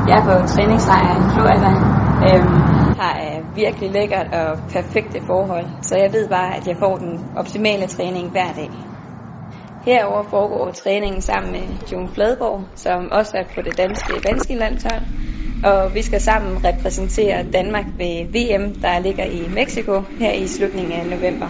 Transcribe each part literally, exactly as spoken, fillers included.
Jeg er på træningslejr i Florida. Øhm, her er virkelig lækkert og perfekte forhold, så jeg ved bare, at jeg får den optimale træning hver dag. Herover foregår træningen sammen med Jon Fladborg, som også er på det danske vandskilandshold, og vi skal sammen repræsentere Danmark ved V M, der ligger i Mexico her i slutningen af november.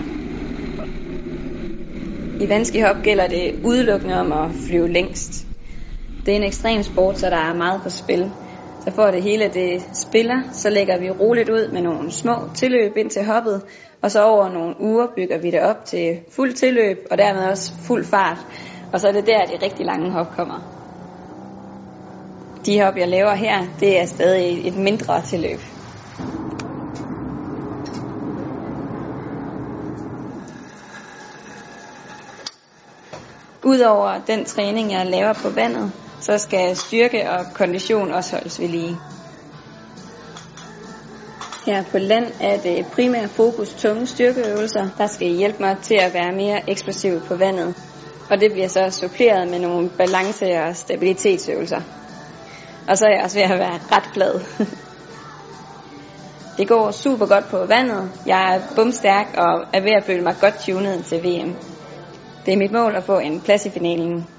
I vandskihop gælder det udelukkende om at flyve længst. Det er en ekstrem sport, så der er meget på spil. Så for det hele det spiller, så lægger vi roligt ud med nogle små tilløb ind til hoppet, og så over nogle uger bygger vi det op til fuld tilløb, og dermed også fuld fart. Og så er det der, de rigtig lange hop kommer. De hop, jeg laver her, det er stadig et mindre tilløb. Udover den træning, jeg laver på vandet, så skal styrke og kondition også holdes ved lige. Her på land er det primært fokus tunge styrkeøvelser, der skal hjælpe mig til at være mere eksplosiv på vandet. Og det bliver så suppleret med nogle balance- og stabilitetsøvelser. Og så er jeg også ved at være ret glad. Det går super godt på vandet. Jeg er bumstærk og er ved at føle mig godt tunet til V M. Det er mit mål at få en plads i finalen.